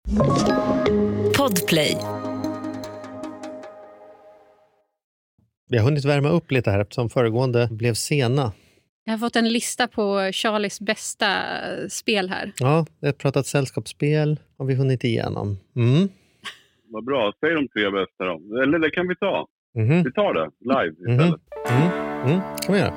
Podplay. Vi har hunnit värma upp lite här eftersom föregående blev sena. Jag har fått en lista på Charlies bästa spel här. Ja, ett pratat sällskapsspel har vi hunnit igenom. Vad bra, säg de 3 bästa då. Eller det kan vi ta. Mm-hmm. Vi tar det live istället. Kan vi göra.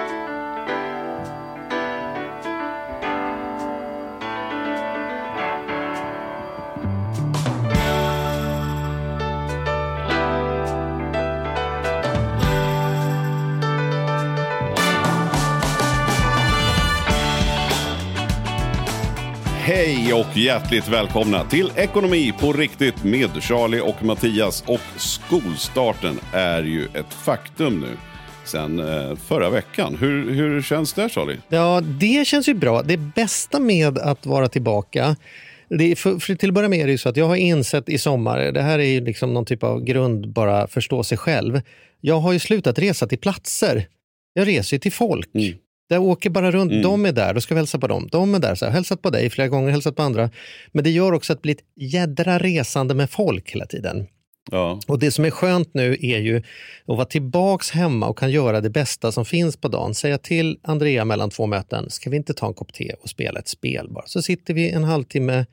Hej och hjärtligt välkomna till Ekonomi på riktigt med Charlie och Mattias. Och skolstarten är ju ett faktum nu sen förra veckan. Hur känns det, Charlie? Ja, det känns ju bra. Det bästa med att vara tillbaka, det är för till att börja med är det ju så att jag har insett i sommar, det här är ju liksom någon typ av grund bara förstå sig själv. Jag har ju slutat resa till platser. Jag reser ju till folk. Jag åker bara runt, de är där, då ska vi hälsa på dem. De är där, så jag har hälsat på dig flera gånger, hälsat på andra. Men det gör också att det blir ett jädra resande med folk hela tiden. Ja. Och det som är skönt nu är ju att vara tillbaks hemma och kan göra det bästa som finns på dagen. Säga till Andrea mellan 2 möten, ska vi inte ta en kopp te och spela ett spel bara? Så sitter vi en halvtimme,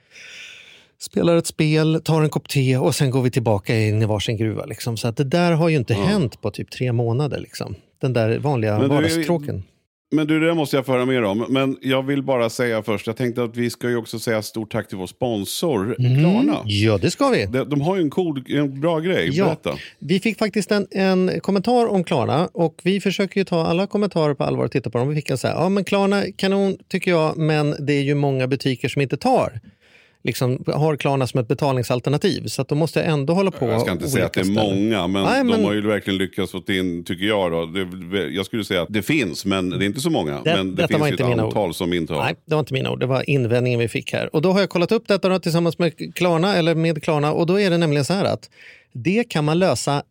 spelar ett spel, tar en kopp te och sen går vi tillbaka in i varsin gruva. Liksom. Så att det där har ju inte hänt på typ 3 månader. Liksom. Den där vanliga vardagstråken. Men du, det måste jag få höra mer om. Men jag vill bara säga först, jag tänkte att vi ska ju också säga stort tack till vår sponsor, Klarna. Ja, det ska vi. De har ju en bra grej, berätta. Vi fick faktiskt en kommentar om Klarna och vi försöker ju ta alla kommentarer på allvar och titta på dem. Vi fick en så här, ja men Klarna kanon tycker jag, men det är ju många butiker som inte tar. Liksom har Klarna som ett betalningsalternativ, så att då måste jag ändå hålla på. Jag ska inte säga att det är många, men de har ju verkligen lyckats få in, tycker jag då. Jag skulle säga att det finns, men det är inte så många. Men det finns ju ett antal som inte har. Nej, det var inte mina ord, det var invändningen vi fick här. Och då har jag kollat upp detta då, tillsammans med Klarna, eller med Klarna, och då är det nämligen så här att det kan man lösa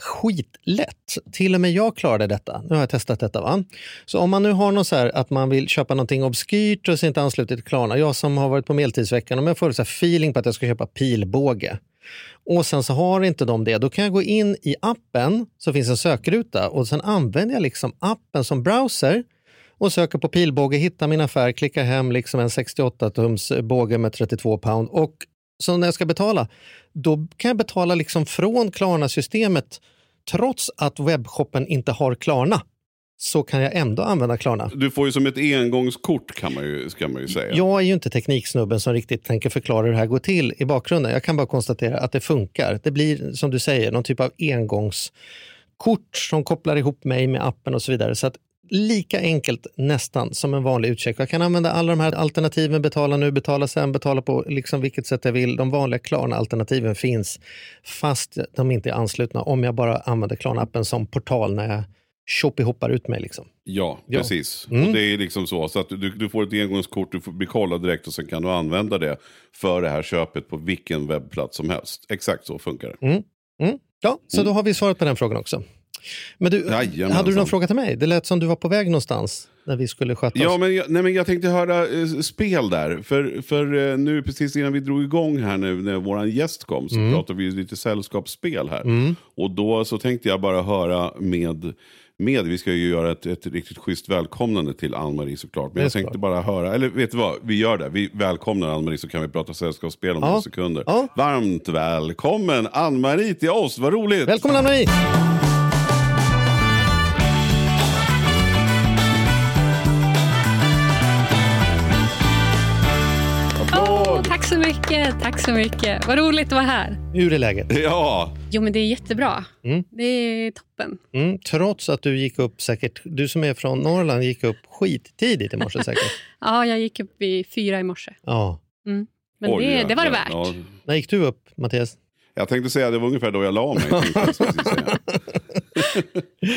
skitlätt. Till och med jag klarade detta. Nu har jag testat detta, va? Så om man nu har något så här att man vill köpa någonting obskyrt och så inte anslutit till Klarna. Jag som har varit på medeltidsveckan, om jag får så här feeling på att jag ska köpa pilbåge och sen så har inte de det, då kan jag gå in i appen, så finns en sökruta och sen använder jag liksom appen som browser och söker på pilbåge, hittar min affär, klickar hem liksom en 68-tums båge med 32 pound och så när jag ska betala, då kan jag betala liksom från Klarna-systemet trots att webbshoppen inte har Klarna. Så kan jag ändå använda Klarna. Du får ju som ett engångskort ska man ju säga. Jag är ju inte tekniksnubben som riktigt tänker förklara hur det här går till i bakgrunden. Jag kan bara konstatera att det funkar. Det blir, som du säger, någon typ av engångskort som kopplar ihop mig med appen och så vidare. Så att lika enkelt nästan som en vanlig utcheck. Jag kan använda alla de här alternativen, betala nu, betala sen, betala på liksom vilket sätt jag vill. De vanliga Klarna-alternativen finns fast de inte är anslutna om jag bara använder Klarna-appen som portal när jag hoppar ut mig liksom. Ja, precis. Och det är liksom så att du får ett engångskort, du får bli kollad direkt och sen kan du använda det för det här köpet på vilken webbplats som helst. Exakt så funkar det. Ja, så då har vi svarat på den frågan också. Men du, hade du någon fråga till mig? Det lät som du var på väg någonstans när vi skulle sköta oss. Ja, men jag tänkte höra spel där. För nu precis innan vi drog igång här nu när våran gäst kom så pratade vi lite sällskapsspel här. Och då så tänkte jag bara höra med vi ska ju göra ett riktigt schysst välkomnande till Ann-Marie såklart. Men jag tänkte bara höra, eller vet du vad, vi gör det. Vi välkomnar Ann-Marie så kan vi prata sällskapsspel om några sekunder. Ja. Varmt välkommen Ann-Marie till oss, vad roligt! Välkommen Ann-Marie! Tack så mycket. Vad roligt att vara här. Hur är läget? Ja. Jo, men det är jättebra. Det är toppen. Trots att du gick upp säkert, du som är från Norrland gick upp skittidigt i morse säkert. Ja, jag gick upp vid 4 i morse. Ja. Men det var det värt. Ja. När gick du upp, Mattias? Jag tänkte säga att det var ungefär då jag la mig.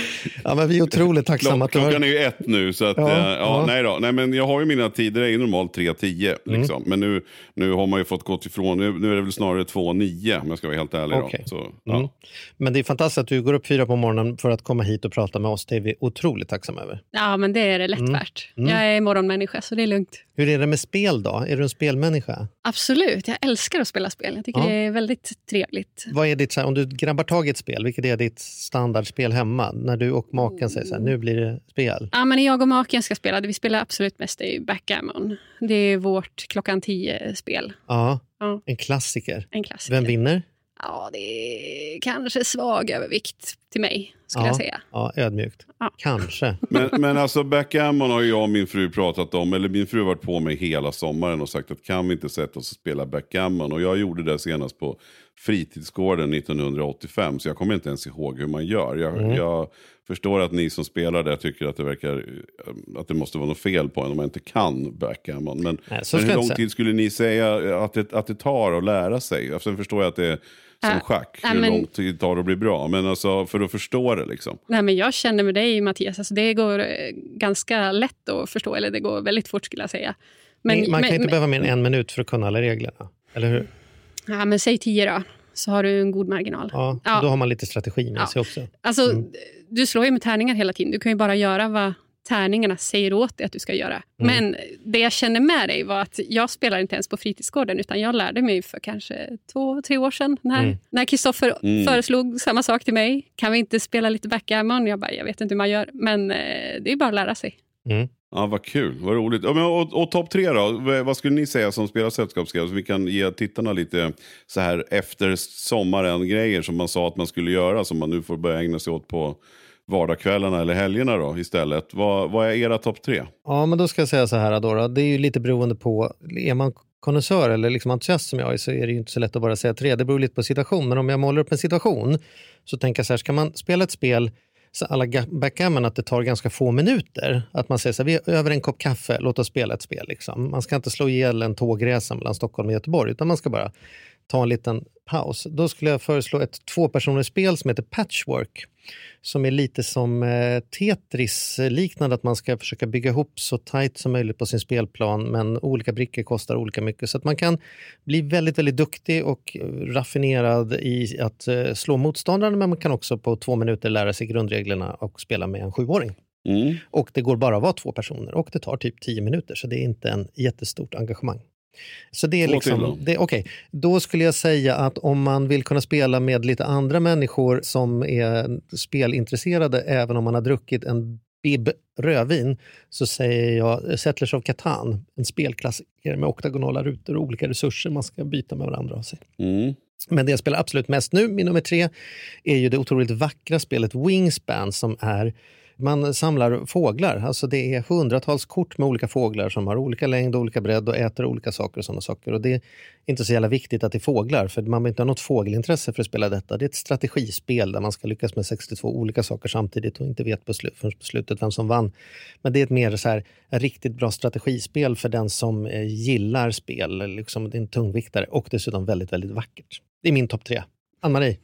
Ja, men vi är otroligt tacksamma. Klockan är ju 1 nu, så att, nej, men jag har ju mina tider, det är normalt 3:10 liksom. Men nu har man ju fått gått ifrån, nu är det väl snarare 2:09 om jag ska vara helt ärlig. Okay. Så, Men det är fantastiskt att du går upp 4 på morgonen för att komma hit och prata med oss. Det är vi otroligt tacksamma över. Ja, men det är det lätt värt. Jag är morgonmänniska, så det är lugnt. Hur är det med spel då? Är du en spelmänniska? Absolut, jag älskar att spela spel. Jag tycker det är väldigt trevligt. Vad är ditt, om du grabbar tag i ett spel, vilket är ditt standardspel hemma? När du och maken säger så här, nu blir det spel. Ja, men när jag och maken ska spela, det vi spelar absolut mest är backgammon. Det är vårt 10:00-spel. Ja, en klassiker. En klassiker. Vem vinner? Ja, det är kanske svag övervikt till mig, skulle jag säga. Ja, ödmjukt. Ja. Kanske. Men alltså backgammon har jag och min fru pratat om, eller min fru har varit på mig hela sommaren och sagt att kan vi inte sätta oss och spela backgammon? Och jag gjorde det senast på fritidsgården 1985, så jag kommer inte ens ihåg hur man gör. Jag förstår att ni som spelar där tycker att det verkar att det måste vara något fel på en om man inte kan backgammon. Men hur lång tid skulle ni säga att det tar att lära sig? Sen förstår jag att det är som schack, hur lång tid tar det att bli bra. Men alltså, för att förstå det liksom. Nej, men jag känner med dig, Mattias. Alltså, det går ganska lätt att förstå, eller det går väldigt fort skulle jag säga. Men man kan inte behöva mer än 1 minut för att kunna alla reglerna, eller hur? Ja, men säg 10 då. Så har du en god marginal. Ja, då har man lite strategi med sig också. Alltså, du slår ju med tärningar hela tiden. Du kan ju bara göra vad tärningarna säger åt dig att du ska göra. Men det jag känner med dig var att jag spelar inte ens på fritidsgården, utan jag lärde mig för kanske 2-3 år sedan när Kristoffer föreslog samma sak till mig. Kan vi inte spela lite backgammon? Jag vet inte hur man gör, men det är bara att lära sig. Ja, vad kul, vad roligt. Och topp 3 då? Vad skulle ni säga som spelar sällskapsspel? Så vi kan ge tittarna lite så här efter sommaren grejer som man sa att man skulle göra, som man nu får börja ägna sig åt på vardagskvällarna eller helgerna då istället. Vad är era topp 3? Ja, men då ska jag säga så här då. Det är ju lite beroende på, är man konnässör eller liksom entusiast som jag är, så är det ju inte så lätt att bara säga 3. Det beror lite på situation. Men om jag målar upp en situation så tänker jag så här, ska man spela ett spel så alla backgammon att det tar ganska få minuter. Att man säger så här, vi är över en kopp kaffe, låt oss spela ett spel. Liksom. Man ska inte slå ihjäl en tågresa mellan Stockholm och Göteborg, utan man ska bara ta en liten paus. Då skulle jag föreslå ett 2-personersspel som heter Patchwork. Som är lite som Tetris-liknande, att man ska försöka bygga ihop så tajt som möjligt på sin spelplan, men olika brickor kostar olika mycket. Så att man kan bli väldigt, väldigt duktig och raffinerad i att slå motståndaren, men man kan också på 2 minuter lära sig grundreglerna och spela med en 7-åring. Och det går bara att vara 2 personer och det tar typ 10 minuter, så det är inte en jättestort engagemang. Så det är liksom, okej. Då skulle jag säga att om man vill kunna spela med lite andra människor som är spelintresserade, även om man har druckit en bib rödvin, så säger jag Settlers of Catan, en spelklassiker med oktagonala rutor och olika resurser man ska byta med varandra. Men det jag spelar absolut mest nu, min nummer 3, är ju det otroligt vackra spelet Wingspan, som är, man samlar fåglar. Alltså det är 100-tals kort med olika fåglar som har olika längd och olika bredd och äter olika saker och sådana saker. Och det är inte så jävla viktigt att det är fåglar, för man vill inte ha något fågelintresse för att spela detta. Det är ett strategispel där man ska lyckas med 62 olika saker samtidigt och inte vet förrän på slutet vem som vann. Men det är ett mer så här, ett riktigt bra strategispel för den som gillar spel. Liksom, det är en tungviktare och dessutom väldigt, väldigt vackert. Det är min topp 3. Ann-Marie?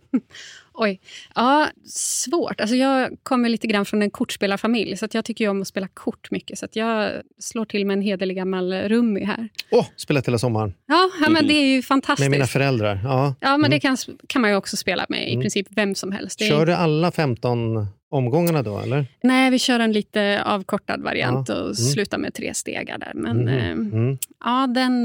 Oj, ja, svårt. Alltså jag kommer lite grann från en kortspelarfamilj, så att jag tycker ju om att spela kort mycket. Så att jag slår till med en hederlig gammal rummy här. Spelat hela sommaren. Ja, men det är ju fantastiskt. Med mina föräldrar, Ja, men det kan man ju också spela med i princip vem som helst. Kör du alla 15 omgångarna då, eller? Nej, vi kör en lite avkortad variant och slutar med 3 stegar där. Men ja,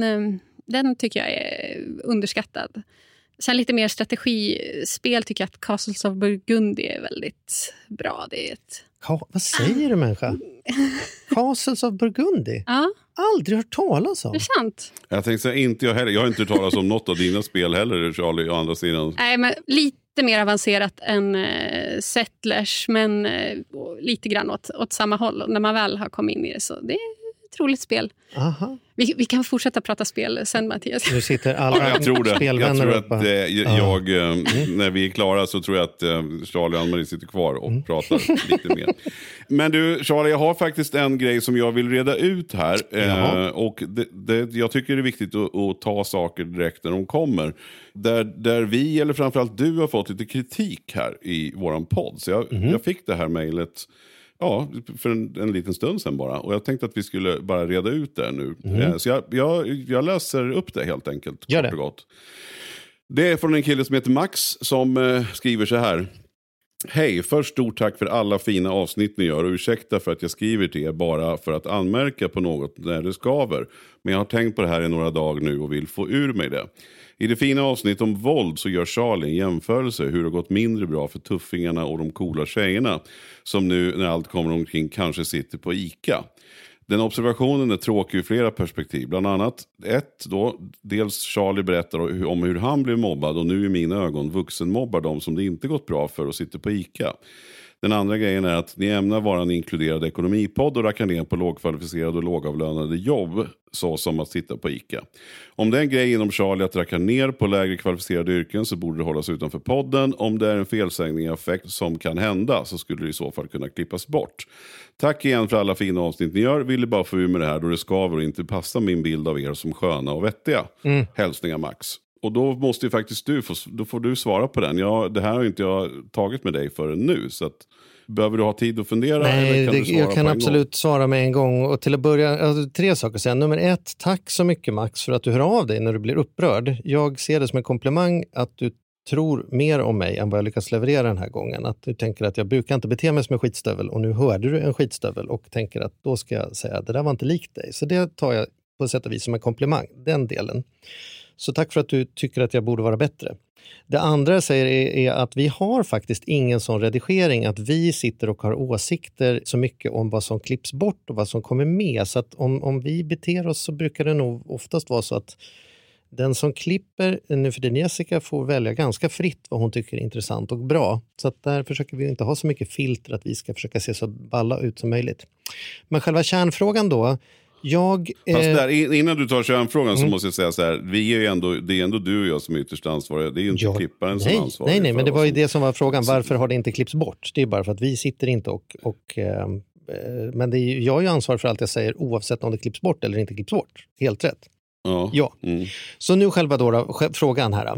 den tycker jag är underskattad. Sen lite mer strategispel tycker jag att Castles of Burgundy är väldigt bra. Det är ett... Vad säger du, människa? Castles of Burgundy? Ja. Aldrig hört talas om. Det är sant. Jag tänkte säga, inte jag heller. Jag har inte hört talas om något av dina spel heller, Charlie, å andra sidan. Nej, men lite mer avancerat än Settlers, men lite grann åt samma håll. Och när man väl har kommit in i det, så det roligt spel. Aha. Vi kan fortsätta prata spel sen, Mattias. Nu sitter alla jag tror det. spelvänner jag tror att när vi är klara så tror jag att Charlie och Ann-Marie sitter kvar och pratar lite mer. Men du, Charlie, jag har faktiskt en grej som jag vill reda ut här. Och jag tycker det är viktigt att ta saker direkt när de kommer. Där vi, eller framförallt du, har fått lite kritik här i våran podd. Så jag fick det här mejlet för en liten stund sedan bara. Och jag tänkte att vi skulle bara reda ut det nu. Så jag läser upp det helt enkelt. Gör det. Kort och gott. Det är från en kille som heter Max som skriver så här. Hej, först stort tack för alla fina avsnitt ni gör och ursäkta för att jag skriver till er bara för att anmärka på något när det skaver. Men jag har tänkt på det här i några dagar nu och vill få ur mig det. I det fina avsnitt om våld så gör Charlie en jämförelse hur det gått mindre bra för tuffingarna och de coola tjejerna som nu när allt kommer omkring kanske sitter på ICA. Den observationen är tråkig ur flera perspektiv. Bland annat dels Charlie berättar om hur han blev mobbad och nu i mina ögon vuxenmobbar de som det inte gått bra för och sitter på ICA. Den andra grejen är att ni ämnar vara en inkluderad ekonomipodd och rackar ner på lågkvalificerade och lågavlönade jobb så som att sitta på ICA. Om det är en grej inom Charlie att racka ner på lägre kvalificerade yrken så borde det hållas utanför podden. Om det är en felsägning-effekt som kan hända så skulle det i så fall kunna klippas bort. Tack igen för alla fina avsnitt ni gör. Ville bara få ur med det här då det skaver och inte passar min bild av er som sköna och vettiga. Hälsningar Max. Och då måste ju faktiskt då får du svara på den. Det här har ju inte jag tagit med dig förrän nu så att behöver du ha tid att fundera? Nej, eller kan du svara jag kan på en absolut gång? Svara med en gång. Och till att börja, 3 saker att säga. Nummer 1, tack så mycket Max för att du hör av dig när du blir upprörd. Jag ser det som en komplimang att du tror mer om mig än vad jag lyckas leverera den här gången. Att du tänker att jag brukar inte bete mig som en skitstövel och nu hörde du en skitstövel och tänker att då ska jag säga att det där var inte likt dig. Så det tar jag på sätt och vis som en komplimang, den delen. Så tack för att du tycker att jag borde vara bättre. Det andra jag säger är att vi har faktiskt ingen sån redigering att vi sitter och har åsikter så mycket om vad som klipps bort och vad som kommer med. Så att om vi beter oss så brukar det nog oftast vara så att den som klipper, nu för din Jessica, får välja ganska fritt vad hon tycker är intressant och bra. Så att där försöker vi inte ha så mycket filter att vi ska försöka se så balla ut som möjligt. Men själva kärnfrågan då, innan du tar kärnfrågan så måste jag säga så här, det är ändå du och jag som är ytterst ansvariga. Det är ju inte klipparen som är ansvarig. Nej, men det var ju det som var frågan. Varför har det inte klippts bort? Det är bara för att vi sitter inte men det är, jag är ju ansvarig för allt jag säger oavsett om det klipps bort eller inte klipps bort. Helt rätt. Ja. Så nu själva frågan här.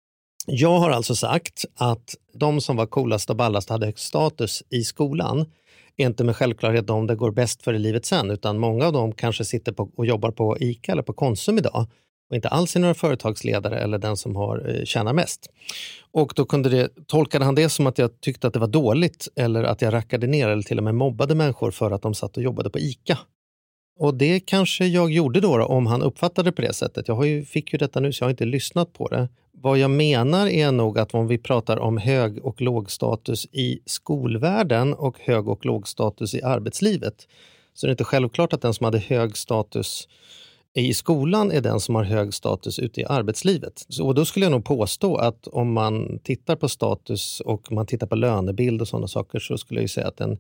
Jag har alltså sagt att de som var coolast och ballast hade högst status i skolan är inte med självklarhet de det går bäst för i livet sen, utan många av dem kanske sitter och jobbar på ICA eller på Konsum idag och inte alls är några företagsledare eller den som tjänar mest. Och då tolkade han det som att jag tyckte att det var dåligt eller att jag rackade ner eller till och med mobbade människor för att de satt och jobbade på ICA. Och det kanske jag gjorde då om han uppfattade det på det sättet. Jag fick ju detta nu så jag har inte lyssnat på det. Vad jag menar är nog att om vi pratar om hög- och lågstatus i skolvärlden och hög- och lågstatus i arbetslivet så är det inte självklart att den som hade hög status i skolan är den som har hög status ute i arbetslivet. Och då skulle jag nog påstå att om man tittar på status och man tittar på lönebild och sådana saker så skulle jag ju säga att en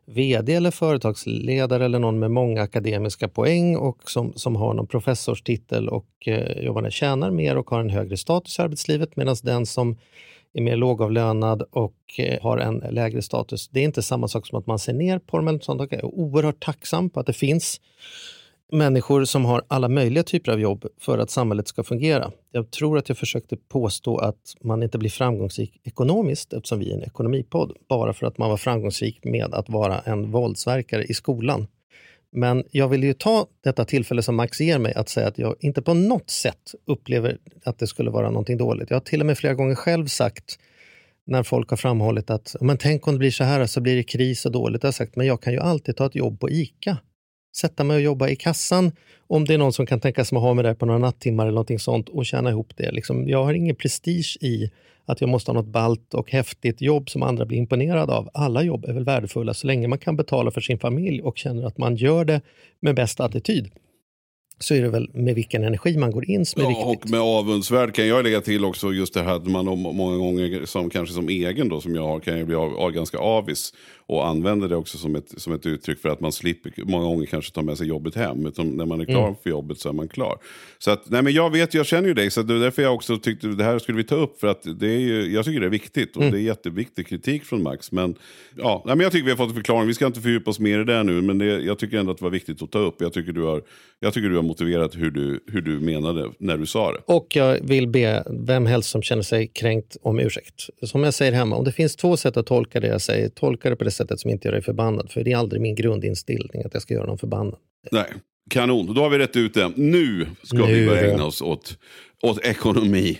vd eller företagsledare eller någon med många akademiska poäng och som har någon professorstitel och tjänar mer och har en högre status i arbetslivet, medan den som är mer lågavlönad och har en lägre status, det är inte samma sak som att man ser ner på dem eller sånt. Jag är oerhört tacksam på att det finns människor som har alla möjliga typer av jobb för att samhället ska fungera. Jag tror att jag försökte påstå att man inte blir framgångsrik ekonomiskt eftersom vi är en ekonomipodd, bara för att man var framgångsrik med att vara en våldsverkare i skolan. Men jag vill ju ta detta tillfälle som Max ger mig att säga att jag inte på något sätt upplever att det skulle vara någonting dåligt. Jag har till och med flera gånger själv sagt när folk har framhållit att men tänk om det blir så här så blir det kris och dåligt. Jag har sagt men jag kan ju alltid ta ett jobb på ICA. Sätta mig och jobba i kassan om det är någon som kan tänka sig att ha med det på några nattimmar eller någonting sånt och tjäna ihop det. Liksom, jag har ingen prestige i att jag måste ha något ballt och häftigt jobb som andra blir imponerade av. Alla jobb är väl värdefulla så länge man kan betala för sin familj och känner att man gör det med bästa attityd. Så är det väl med vilken energi man går in som är viktigt. Och med avundsvärd kan jag lägga till också just det här att man många gånger kanske som egen då som jag har kan jag bli ganska avis och använder det också som ett uttryck för att man slipper många gånger kanske ta med sig jobbet hem. Utan när man är klar för jobbet så är man klar. Så att, nej men jag känner ju dig, så det är därför jag också tyckte det här skulle vi ta upp, för att det är ju, jag tycker det är viktigt och det är jätteviktig kritik från Max. Men ja, nej, men jag tycker vi har fått en förklaring. Vi ska inte fördjupa oss mer i det nu, men jag tycker ändå att det var viktigt att ta upp. Jag tycker du har motiverat hur du menade när du sa det. Och jag vill be vem helst som känner sig kränkt om ursäkt. Som jag säger hemma, om det finns 2 sätt att tolka det jag säger, tolka det på det sättet som inte gör dig förbannad. För det är aldrig min grundinställning att jag ska göra någon förbannad. Nej, kanon. Då har vi rätt ut det. Nu ska vi börja ägna oss åt ekonomi.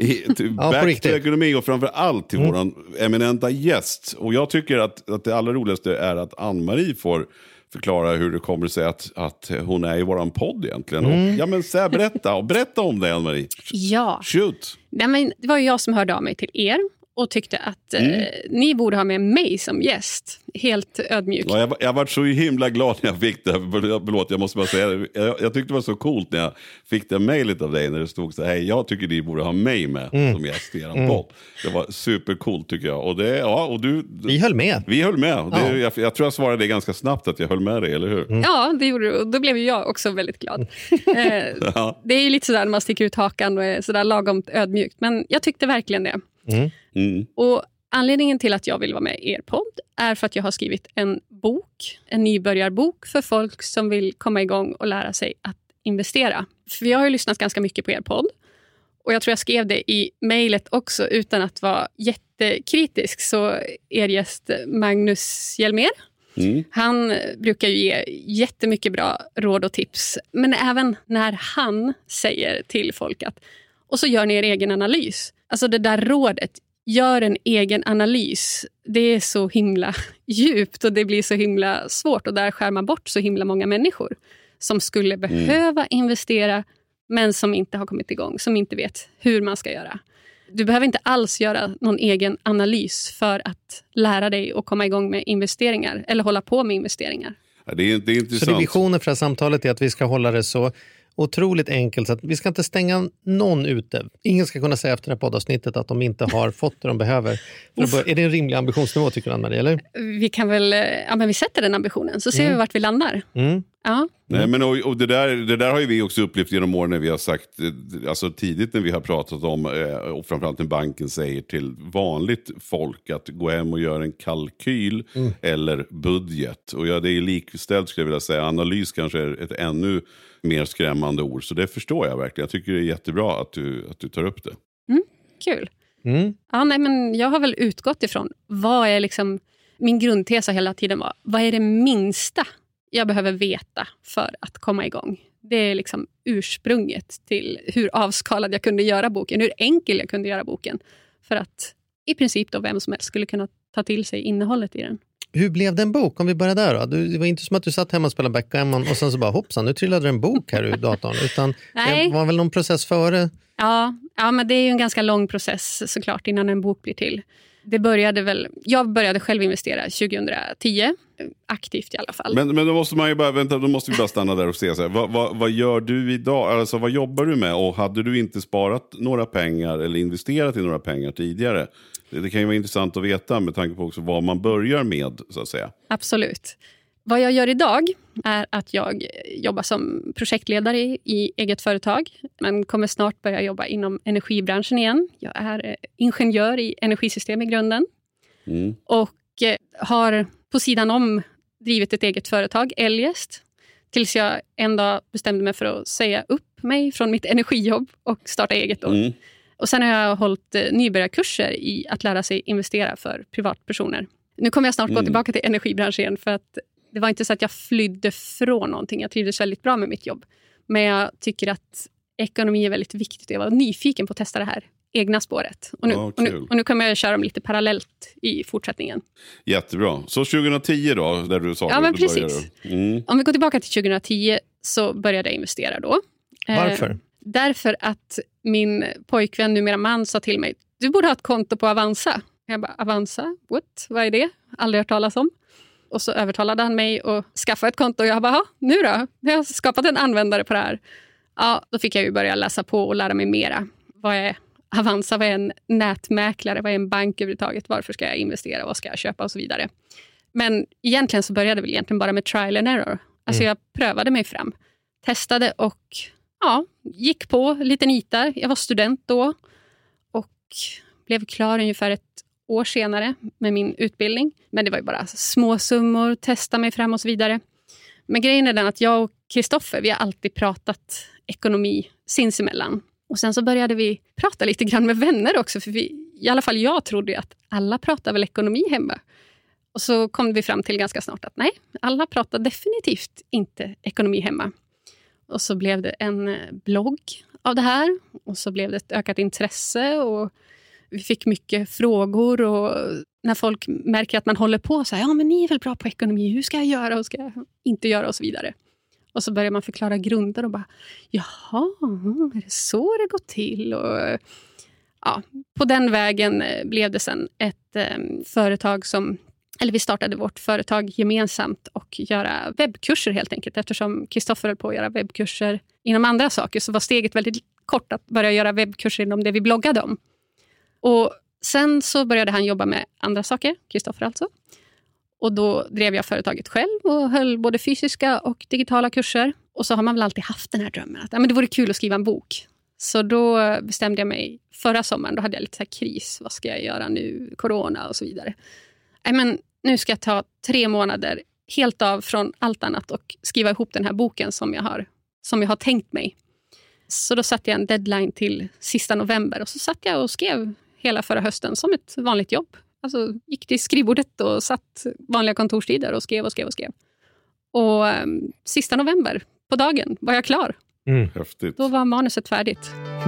Back till ekonomi, och framför allt till våran eminenta gäst. Och jag tycker att det allra roligaste är att Ann-Marie får förklara hur det kommer sig att hon är i våran podd egentligen. Och, ja men berätta om det, Ann-Marie. Ja. Shoot. Nej, men det var ju jag som hörde av mig till er och tyckte att ni borde ha med mig som gäst. Helt ödmjuk. Ja, jag var så himla glad när jag fick det. Förlåt, jag måste bara säga det. Jag tyckte det var så coolt när jag fick det mejlet av dig när det stod så här: hej, jag tycker ni borde ha mig med som gäst i er podd. Det var supercoolt tycker jag. Och det, ja, och du, vi höll med. Jag tror jag svarade det ganska snabbt att jag höll med dig, eller hur? Ja, det gjorde du. Och då blev jag också väldigt glad. Det är ju lite sådär när man sticker ut hakan och är sådär lagom ödmjukt. Men jag tyckte verkligen det. Och anledningen till att jag vill vara med i er podd är för att jag har skrivit en nybörjarbok för folk som vill komma igång och lära sig att investera. För jag har ju lyssnat ganska mycket på er podd, och jag tror jag skrev det i mejlet också utan att vara jättekritisk. Så er gäst Magnus Hjelmér, han brukar ju ge jättemycket bra råd och tips, men även när han säger till folk att och så gör ni er egen analys. Alltså det där rådet, gör en egen analys. Det är så himla djupt och det blir så himla svårt. Och där skär man bort så himla många människor som skulle behöva investera men som inte har kommit igång. Som inte vet hur man ska göra. Du behöver inte alls göra någon egen analys för att lära dig att komma igång med investeringar. Eller hålla på med investeringar. Ja, det är intressant. Så visionen för det här samtalet är att vi ska hålla det så otroligt enkelt så att vi ska inte stänga någon ute. Ingen ska kunna säga efter det här poddavsnittet att de inte har fått det de behöver. Är det en rimlig ambitionsnivå tycker du, Ann-Marie, eller? Vi kan väl, men vi sätter den ambitionen så ser vi vart vi landar. Ja. Nej, men och det där har ju vi också upplevt genom åren när vi har sagt, alltså tidigt när vi har pratat om, och framförallt när banken säger till vanligt folk att gå hem och göra en kalkyl eller budget. Och ja, det är likställt skulle jag vilja säga. Analys kanske är ett ännu mer skrämmande ord. Så det förstår jag verkligen. Jag tycker det är jättebra att du tar upp det. Kul. Ja, nej, men jag har väl utgått ifrån vad är liksom, min grundtes hela tiden var, vad är det minsta jag behöver veta för att komma igång? Det är liksom ursprunget till hur avskalad jag kunde göra boken, hur enkel jag kunde göra boken. För att i princip då vem som helst skulle kunna ta till sig innehållet i den. Hur blev det en bok om vi börjar där då? Det var inte som att du satt hemma och spelade backgammon och sen så bara hoppsan, nu trillade det en bok här ur datorn. Utan det var väl någon process före? Ja, men det är ju en ganska lång process såklart innan en bok blir till. Jag började själv investera 2010, aktivt i alla fall. Men då måste man ju då måste vi bara stanna där och se så här, vad gör du idag? Alltså vad jobbar du med? Och hade du inte sparat några pengar eller investerat i några pengar tidigare? Det kan ju vara intressant att veta med tanke på också vad man börjar med, så att säga. Absolut. Vad jag gör idag är att jag jobbar som projektledare i eget företag. Men kommer snart börja jobba inom energibranschen igen. Jag är ingenjör i energisystem i grunden. Och har på sidan om drivit ett eget företag, eljest. Tills jag en dag bestämde mig för att säga upp mig från mitt energijobb och starta eget då. Och sen har jag hållit nybörjarkurser i att lära sig investera för privatpersoner. Nu kommer jag snart gå tillbaka till energibranschen igen, för att det var inte så att jag flydde från någonting. Jag trivdes väldigt bra med mitt jobb. Men jag tycker att ekonomi är väldigt viktigt. Jag var nyfiken på att testa det här egna spåret. Och nu kommer jag köra dem lite parallellt i fortsättningen. Jättebra. Så 2010 då, där du sa. Ja, men precis. Om vi går tillbaka till 2010 så började jag investera då. Varför? Därför att min pojkvän, numera man, sa till mig, du borde ha ett konto på Avanza. Jag bara, Avanza? What? Vad är det? Aldrig hört talas om. Och så övertalade han mig att skaffa ett konto. Och jag bara, nu då? Jag har skapat en användare på det här. Ja, då fick jag ju börja läsa på och lära mig mera. Vad är Avanza? Vad är en nätmäklare? Vad är en bank överhuvudtaget? Varför ska jag investera? Vad ska jag köpa? Och så vidare. Men egentligen så började det väl egentligen bara med trial and error. Alltså jag prövade mig fram. Testade och gick på lite nitar. Jag var student då och blev klar ungefär ett år senare med min utbildning. Men det var ju bara små summor, testa mig fram och så vidare. Men grejen är den att jag och Kristoffer, vi har alltid pratat ekonomi sinsemellan. Och sen så började vi prata lite grann med vänner också. För i alla fall jag trodde att alla pratar väl ekonomi hemma. Och så kom vi fram till ganska snart att nej, alla pratar definitivt inte ekonomi hemma. Och så blev det en blogg av det här. Och så blev det ett ökat intresse och vi fick mycket frågor. Och när folk märker att man håller på så här, ja men ni är väl bra på ekonomi, hur ska jag göra och ska jag inte göra och så vidare. Och så börjar man förklara grunder och bara, jaha, är det så det går till? Och på den vägen blev det sen ett företag vi startade vårt företag gemensamt och göra webbkurser helt enkelt. Eftersom Kristoffer höll på att göra webbkurser inom andra saker så var steget väldigt kort att börja göra webbkurser inom det vi bloggade om. Och sen så började han jobba med andra saker, Kristoffer alltså. Och då drev jag företaget själv och höll både fysiska och digitala kurser. Och så har man väl alltid haft den här drömmen att det vore kul att skriva en bok. Så då bestämde jag mig förra sommaren, då hade jag lite så här kris. Vad ska jag göra nu? Corona och så vidare. Men nu ska jag ta 3 månader helt av från allt annat och skriva ihop den här boken som jag har tänkt mig. Så då satte jag en deadline till sista november och så satt jag och skrev hela förra hösten som ett vanligt jobb. Alltså gick till skrivbordet och satt vanliga kontorstider och skrev. Och sista november på dagen var jag klar. Häftigt. Då var manuset färdigt.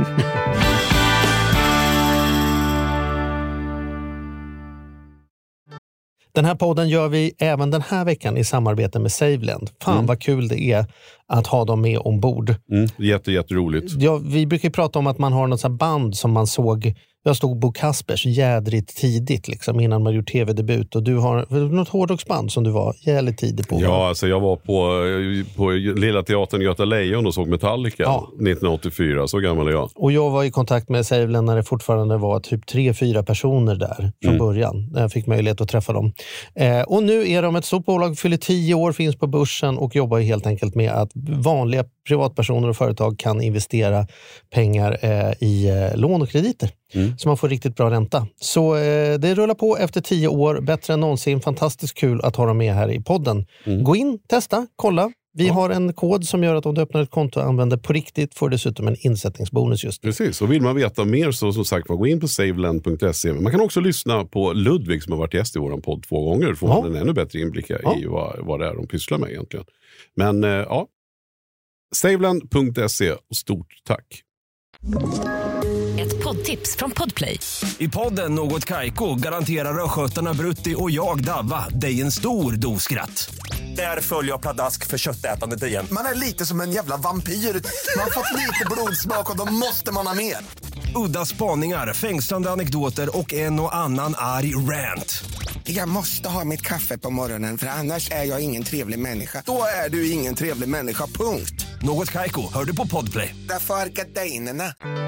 Den här podden gör vi även den här veckan i samarbete med Saveland. Fan vad kul det är att ha dem med ombord. Jätteroligt. Ja, vi brukar prata om att man har något sånt band som man såg. Jag stod Bo Kaspers jädrigt tidigt liksom, innan man gjort tv-debut. Och du har något hårdrocksband som du var jävligt tidig på. Ja, alltså jag var på Lilla Teatern Göta Lejon och såg Metallica 1984. Så gammal är jag. Och jag var i kontakt med Saveland när det fortfarande var typ 3-4 personer där från början. När jag fick möjlighet att träffa dem. Och nu är de ett stort bolag, fyller 10 år, finns på börsen och jobbar helt enkelt med att vanliga privatpersoner och företag kan investera pengar i lån och krediter. Så man får riktigt bra ränta. Så det rullar på efter 10 år, bättre än någonsin. Fantastiskt kul att ha dem med här i podden. Gå in, testa, kolla. Vi har en kod som gör att om du öppnar ett konto och använder på riktigt får dessutom en insättningsbonus just nu. Precis, och vill man veta mer så som sagt gå in på saveland.se. Man kan också lyssna på Ludvig som har varit gäst i våran podd 2 gånger. Får man en ännu bättre inblick i vad det är de pysslar med egentligen. Men saveland.se och stort tack. Ett poddtips från Podplay. I podden Något Kaiko garanterar röskötarna Brutti och jag Davva dig en stor doskratt. Där följer jag pladask för köttätandet igen. Man är lite som en jävla vampyr. Man har fått lite blodsmak och då måste man ha mer. Udda spaningar, fängslande anekdoter och en och annan arg rant. Jag måste ha mitt kaffe på morgonen för annars är jag ingen trevlig människa. Då är du ingen trevlig människa, punkt. Något Kaiko, hör du på Podplay. Därför är gardinerna.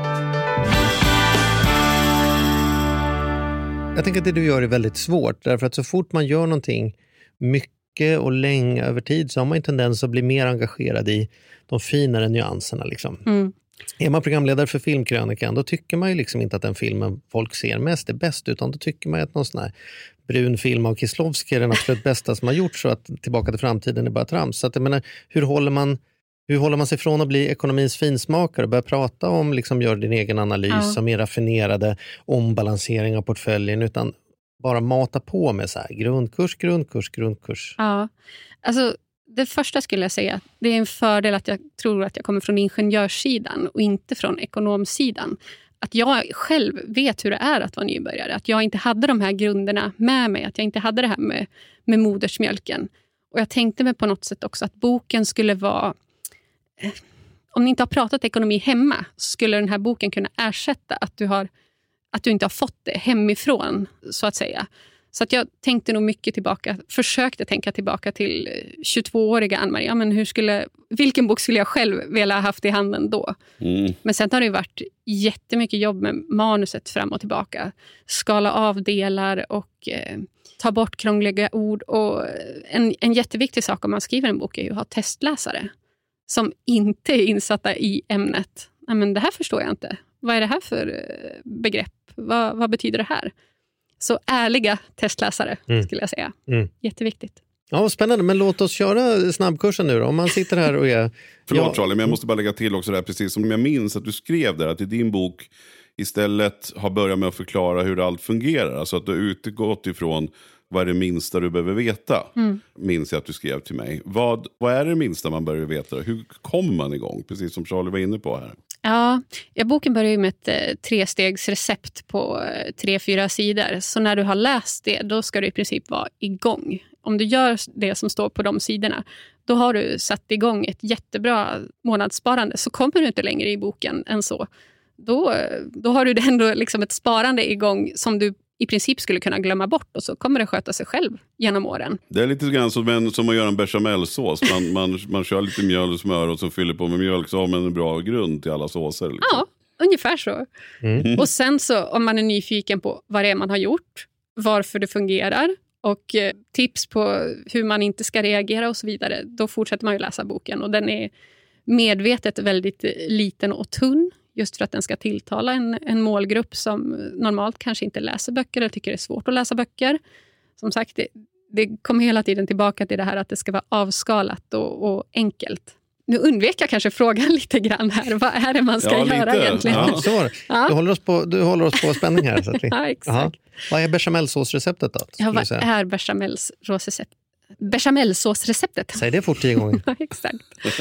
Jag tänker att det du gör är väldigt svårt. Därför att så fort man gör någonting mycket och länge över tid så har man en tendens att bli mer engagerad i de finare nyanserna. Liksom. Är man programledare för Filmkrönikan då tycker man ju liksom inte att den filmen folk ser mest är bäst, utan då tycker man att någon sån här brun film av Kieslowski är den absolut bästa som har gjorts, så att Tillbaka till framtiden är bara trams. Så att jag menar, hur håller man sig från att bli ekonomins finsmakare och börja prata om, liksom gör din egen analys och mer raffinerade ombalansering av portföljen, utan bara mata på med så här grundkurs. Ja, alltså det första skulle jag säga, det är en fördel att jag tror att jag kommer från ingenjörssidan och inte från ekonomsidan. Att jag själv vet hur det är att vara nybörjare. Att jag inte hade de här grunderna med mig. Att jag inte hade det här med modersmjölken. Och jag tänkte mig på något sätt också att boken skulle vara... Om ni inte har pratat ekonomi hemma så skulle den här boken kunna ersätta att du inte har fått det hemifrån, så att säga. Så att jag tänkte nog mycket försökte tänka tillbaka till 22-åriga Ann-Marie. Ja, men vilken bok skulle jag själv vilja ha haft i handen då? Men sen har det varit jättemycket jobb med manuset fram och tillbaka. Skala av delar och ta bort krångliga ord. Och en jätteviktig sak om man skriver en bok är ju att ha testläsare som inte är insatta i ämnet. Ja, men det här förstår jag inte. Vad är det här för begrepp? Vad betyder det här? Så ärliga testläsare skulle jag säga. Jätteviktigt. Ja, spännande. Men låt oss köra snabbkursen nu då. Om man sitter här och är... Förlåt Charlie, men jag måste bara lägga till också där, precis som jag minns att du skrev där, att i din bok istället har börjat med att förklara hur allt fungerar. Alltså att du har utgått ifrån vad är det minsta du behöver veta. Minns jag att du skrev till mig. Vad är det minsta man behöver veta? Hur kommer man igång? Precis som Charlie var inne på här. Ja, boken börjar ju med ett 3-stegsrecept på 3-4 sidor. Så när du har läst det, då ska du i princip vara igång. Om du gör det som står på de sidorna, då har du satt igång ett jättebra månadssparande. Så kommer du inte längre i boken än så. Då har du ändå liksom ett sparande igång som du i princip skulle kunna glömma bort, och så kommer det sköta sig själv genom åren. Det är lite grann som att göra en bechamelsås. Man kör lite mjöl och smör och så fyller på med mjölk, så har man en bra grund till alla såser. Liksom. Ja, ungefär så. Och sen så om man är nyfiken på vad det är man har gjort, varför det fungerar och tips på hur man inte ska reagera och så vidare, då fortsätter man ju läsa boken. Och den är medvetet väldigt liten och tunn. Just för att den ska tilltala en målgrupp som normalt kanske inte läser böcker eller tycker det är svårt att läsa böcker. Som sagt, det kommer hela tiden tillbaka till det här att det ska vara avskalat och enkelt. Nu undvek jag kanske frågan lite grann här. Vad är det man ska göra egentligen? Ja, så. Ja. Du håller oss på spänning här. Så att ja, exakt. Vad är bechamelsåsreceptet då? Ja, vad är bechamelsåsreceptet? Säg det fort 10 gånger. Ja, exakt.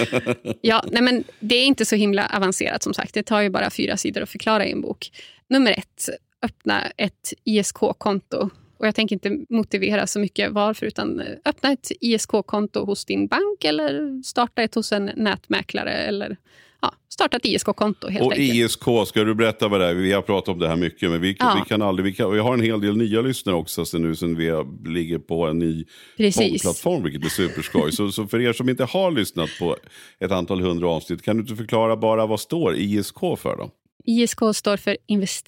Ja, nej, men det är inte så himla avancerat som sagt. Det tar ju bara 4 sidor att förklara i en bok. Nummer 1, öppna ett ISK-konto. Och jag tänker inte motivera så mycket varför, utan öppna ett ISK-konto hos din bank eller starta ett hos en nätmäklare eller starta ett ISK-konto helt enkelt. Och ISK, ska du berätta vad det är? Vi har pratat om det här mycket, men vi kan aldrig... Vi har en hel del nya lyssnare också sen vi ligger på en ny poddplattform, vilket är superskoj. så för er som inte har lyssnat på ett antal 100 avsnitt, kan du inte förklara bara vad står ISK för då? ISK står för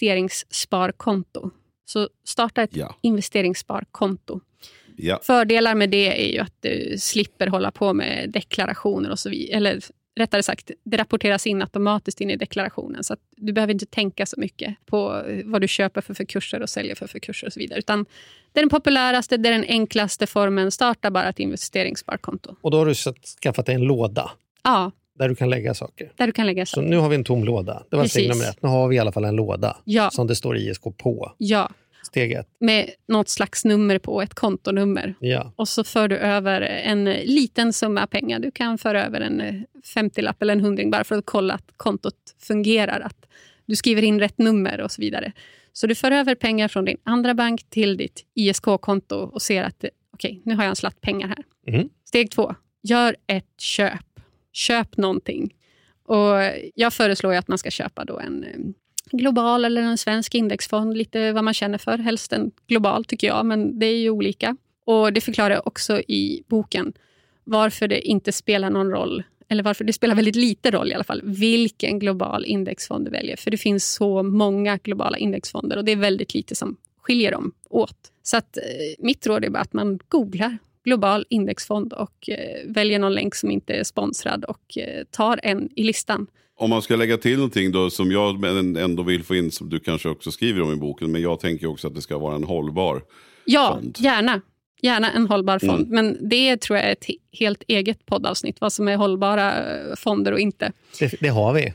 investeringssparkonto. Så starta ett investeringssparkonto. Ja. Fördelar med det är ju att du slipper hålla på med deklarationer och så vidare. Eller rättare sagt, det rapporteras in automatiskt in i deklarationen. Så att du behöver inte tänka så mycket på vad du köper för kurser och säljer för kurser och så vidare. Utan det är den populäraste, det är den enklaste formen. Starta bara ett investeringssparkonto. Och då har du skaffat dig en låda. Ja. Där du kan lägga saker. Där du kan lägga saker. Så nu har vi en tom låda. Det var steg nummer 1. Nu har vi i alla fall en låda som det står ISK på. Ja. Steg 1. Med något slags nummer på, ett kontonummer. Ja. Och så för du över en liten summa pengar. Du kan föra över en 50-lapp eller en 100 bara för att kolla att kontot fungerar. Att du skriver in rätt nummer och så vidare. Så du för över pengar från din andra bank till ditt ISK-konto och ser att okej, nu har jag en slatt pengar här. Steg 2. Gör ett köp. Köp någonting. Och jag föreslår ju att man ska köpa då en global eller en svensk indexfond. Lite vad man känner för. Helst en global tycker jag, men det är ju olika. Och det förklarar jag också i boken varför det inte spelar någon roll, eller varför det spelar väldigt lite roll i alla fall, vilken global indexfond du väljer. För det finns så många globala indexfonder och det är väldigt lite som skiljer dem åt. Så att mitt råd är bara att man googlar global indexfond och väljer någon länk som inte är sponsrad och tar en i listan. Om man ska lägga till någonting då som jag ändå vill få in, som du kanske också skriver om i boken, men jag tänker också att det ska vara en hållbar fond. Gärna en hållbar fond. Men det tror jag är ett helt eget poddavsnitt, vad som är hållbara fonder och inte. Det har vi.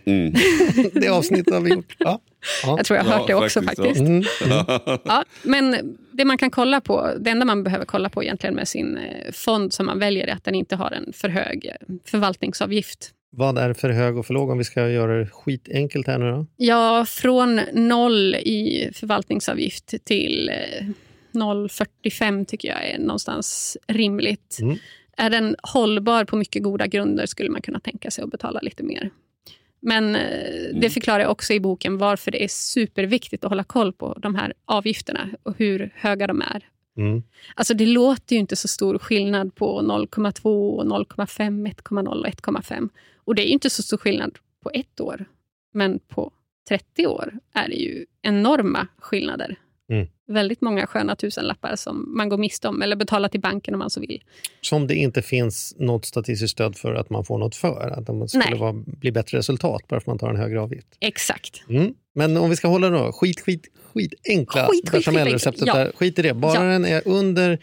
Det avsnittet har vi gjort. Ja. Jag tror jag har hört det också faktiskt. Ja, men det man kan kolla på, det enda man behöver kolla på egentligen med sin fond som man väljer är att den inte har en för hög förvaltningsavgift. Vad är för hög och för låg om vi ska göra det skitenkelt här nu då? Ja, från 0 i förvaltningsavgift till 0,45 tycker jag är någonstans rimligt. Är den hållbar på mycket goda grunder skulle man kunna tänka sig att betala lite mer. Men det förklarar jag också i boken varför det är superviktigt att hålla koll på de här avgifterna och hur höga de är. Alltså det låter ju inte så stor skillnad på 0,2, 0,5, 1,0 och 1,5. Och det är ju inte så stor skillnad på 1 år. Men på 30 år är det ju enorma skillnader. Väldigt många sköna tusenlappar som man går miste om eller betalar till banken om man så vill. Som det inte finns något statistiskt stöd för att man får något för. Att det skulle bli bättre resultat bara för att man tar en högre avgift. Exakt. Men om vi ska hålla då, enkla bechamel-receptet där. Skit i det. Bara den är under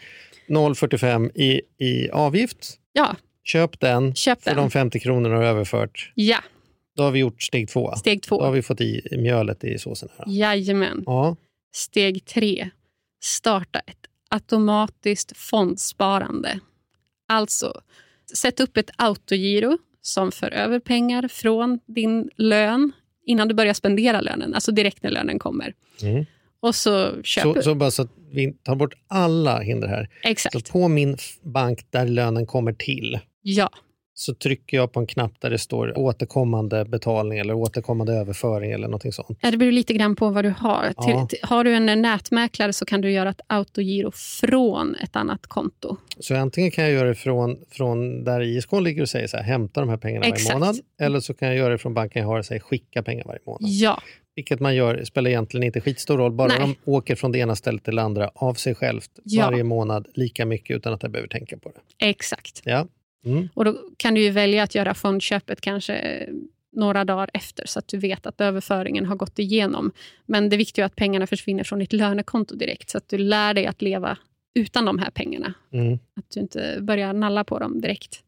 0,45 i avgift. Ja. Köp den för de 50 kronorna har överfört. Ja. Då har vi gjort steg 2. Då har vi fått i mjölet i såsen här. Jajamän. Ja. Steg 3. Starta ett automatiskt fondsparande. Alltså, sätt upp ett autogiro som för över pengar från din lön innan du börjar spendera lönen. Alltså direkt när lönen kommer. Och så köper... Så bara så att vi tar bort alla hinder här. Exakt. Så på min bank där lönen kommer till. Ja. Så trycker jag på en knapp där det står återkommande betalning eller återkommande överföring eller någonting sånt. Det beror lite grann på vad du har. Ja. Har du en nätmäklare så kan du göra ett autogiro från ett annat konto. Så antingen kan jag göra det från där ISK ligger och säger så här, hämta de här pengarna varje månad. Eller så kan jag göra det från banken jag har och säga skicka pengar varje månad. Ja. Vilket man gör spelar egentligen inte skitstor roll. Bara de åker från det ena stället till det andra av sig självt varje månad lika mycket utan att jag behöver tänka på det. Exakt. Ja. Och då kan du ju välja att göra fondköpet kanske några dagar efter så att du vet att överföringen har gått igenom. Men det viktiga är att pengarna försvinner från ditt lönekonto direkt så att du lär dig att leva utan de här pengarna. Att du inte börjar nalla på dem direkt.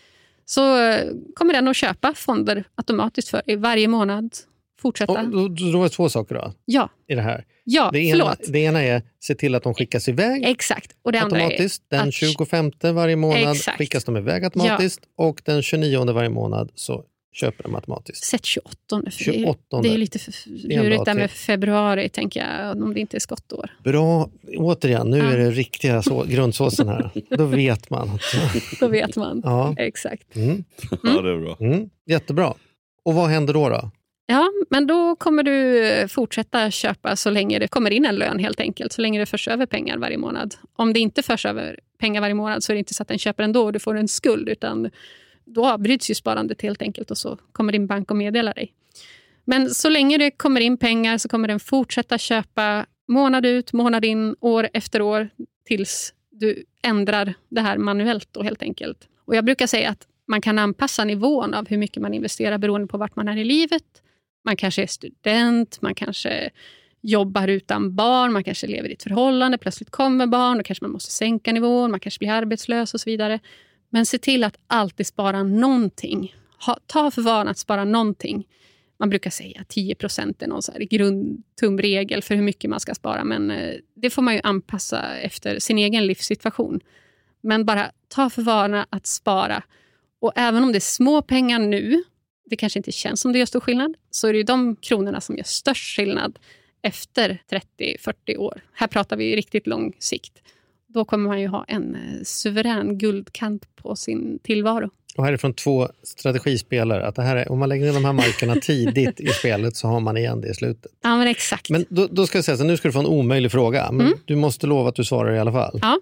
Så kommer den att köpa fonder automatiskt för dig varje månad. Fortsätta. Och då var det 2 saker då? Ja. I det här. Ja, det ena är se till att de skickas iväg. Exakt. Och det automatiskt. Den 25 varje månad skickas de iväg automatiskt. Ja. Och den 29 varje månad så köper de automatiskt. Sätt 28. För det är lite lurigt där med februari, tänker jag, om det inte är skottår. Bra. Återigen, nu är det riktiga grundsåsen här. Då vet man. Då vet man. Ja. Exakt. Ja, det är bra. Jättebra. Och vad händer då? Ja, men då kommer du fortsätta köpa så länge det kommer in en lön helt enkelt. Så länge det förs över pengar varje månad. Om det inte förs över pengar varje månad så är det inte så att den köper ändå och du får en skuld. Utan då avbryts ju sparandet helt enkelt och så kommer din bank att meddela dig. Men så länge det kommer in pengar så kommer den fortsätta köpa månad ut, månad in, år efter år. Tills du ändrar det här manuellt då helt enkelt. Och jag brukar säga att man kan anpassa nivån av hur mycket man investerar beroende på vart man är i livet. Man kanske är student, man kanske jobbar utan barn, man kanske lever i ett förhållande, plötsligt kommer barn, då kanske man måste sänka nivån, man kanske blir arbetslös och så vidare. Men se till att alltid spara någonting. Ta för vana att spara någonting. Man brukar säga 10% är någon så här grundtumregel för hur mycket man ska spara, men det får man ju anpassa efter sin egen livssituation. Men bara ta för vana att spara. Och även om det är små pengar nu, det kanske inte känns som det gör stor skillnad, så är det ju de kronorna som gör störst skillnad efter 30-40 år. Här pratar vi riktigt lång sikt. Då kommer man ju ha en suverän guldkant på sin tillvaro. Och här är från 2 strategispelare. Att det här är, om man lägger ner de här markerna tidigt i spelet så har man igen det i slutet. Ja, men exakt. Men då ska jag säga så nu ska du få en omöjlig fråga. Men du måste lova att du svarar i alla fall. Ja.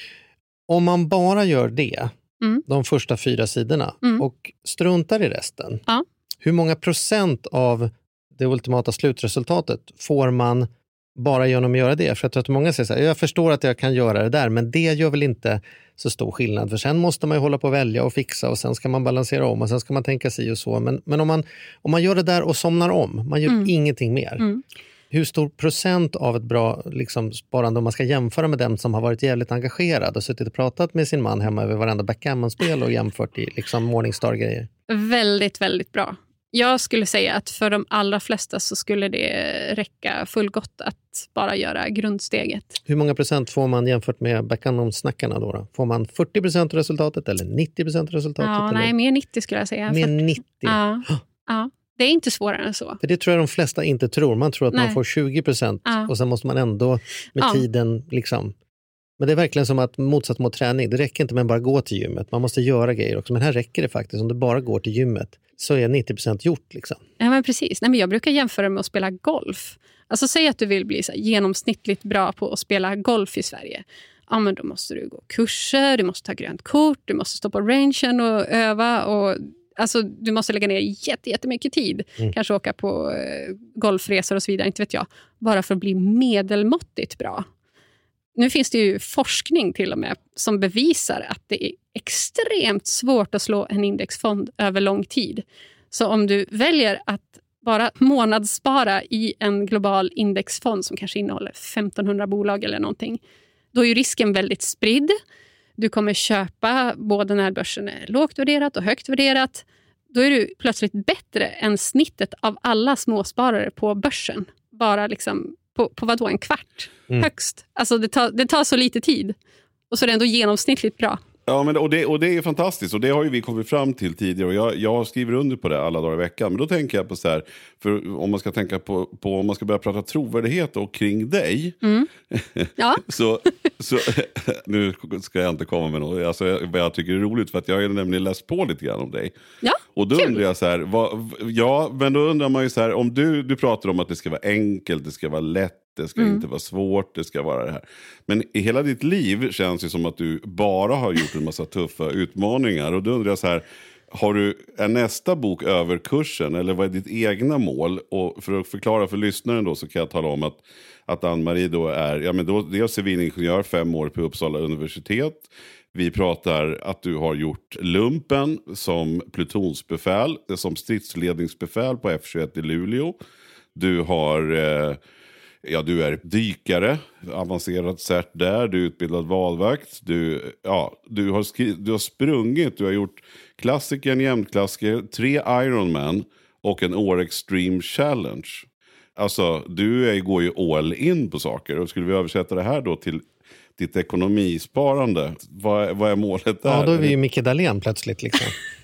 Om man bara gör det, de första 4 sidorna och struntar i resten. Ja. Hur många procent av det ultimata slutresultatet får man bara genom att göra det? För jag tror att många säger så här, jag förstår att jag kan göra det där, men det gör väl inte så stor skillnad. För sen måste man ju hålla på att välja och fixa och sen ska man balansera om och sen ska man tänka sig och så. Men om man gör det där och somnar om, man gör ingenting mer. Hur stor procent av ett bra sparande, om man ska jämföra med dem som har varit jävligt engagerad och suttit och pratat med sin man hemma över varenda backgammon-spel och jämfört i Morningstar-grejer? Väldigt, väldigt bra. Jag skulle säga att för de allra flesta så skulle det räcka fullgott att bara göra grundsteget. Hur många procent får man jämfört med backgammon-snackarna då? Får man 40% av resultatet eller 90% av resultatet? Ja, eller? Nej, mer 90 skulle jag säga. Mer 90? Ja. Det är inte svårare än så. För det tror jag de flesta inte tror. Man tror att man får 20% och sen måste man ändå med tiden Men det är verkligen som att motsatt mot träning. Det räcker inte med att bara gå till gymmet. Man måste göra grejer också. Men här räcker det faktiskt. Om du bara går till gymmet så är 90% gjort. Ja, men precis. Nej, men jag brukar jämföra med att spela golf. Alltså säg att du vill bli så här genomsnittligt bra på att spela golf i Sverige. Ja, men då måste du gå kurser, du måste ta grönt kort, du måste stå på rangen och öva. Och, alltså, du måste lägga ner jättemycket tid. Kanske åka på golfresor och så vidare, inte vet jag. Bara för att bli medelmåttigt bra. Nu finns det ju forskning till och med som bevisar att det är extremt svårt att slå en indexfond över lång tid. Så om du väljer att bara månadsspara i en global indexfond som kanske innehåller 1500 bolag eller någonting, då är ju risken väldigt spridd. Du kommer köpa både när börsen är lågt värderat och högt värderat. Då är du plötsligt bättre än snittet av alla småsparare på börsen. Bara liksom på vadå, en kvart högst. Alltså det tar så lite tid. Och så är det ändå genomsnittligt bra. Ja, men och det är fantastiskt, och det har ju vi kommit fram till tidigare, och jag skriver under på det alla dagar i veckan. Men då tänker jag på så här, för om man ska tänka på om man ska börja prata trovärdighet och kring dig, Ja. så nu ska jag inte komma med något, alltså, jag tycker det är roligt, för att jag har nämligen läst på lite grann om dig. Ja, och då kul. undrar jag så här, men då undrar man ju så här, om du pratar om att det ska vara enkelt, det ska vara lätt, det ska inte vara svårt, det ska vara det här. Men i hela ditt liv känns det som att du bara har gjort en massa tuffa utmaningar. Och då undrar jag så här, är nästa bok över kursen, eller vad är ditt egna mål? Och för att förklara för lyssnaren då, så kan jag tala om att Ann-Marie då är civilingenjör, 5 år på Uppsala universitet. Vi pratar att du har gjort lumpen som plutonsbefäl, som stridsledningsbefäl på F21 i Luleå. Du har... du är dykare, avancerat cert där, du är utbildad valvakt, du har sprungit, du har gjort klassikern, jämtklassiker, 3 Ironman och en Åre Extreme Challenge. Alltså, går ju all in på saker, och skulle vi översätta det här då till ditt ekonomisparande, vad är målet där? Ja, då är vi ju Micke Dahlén plötsligt liksom.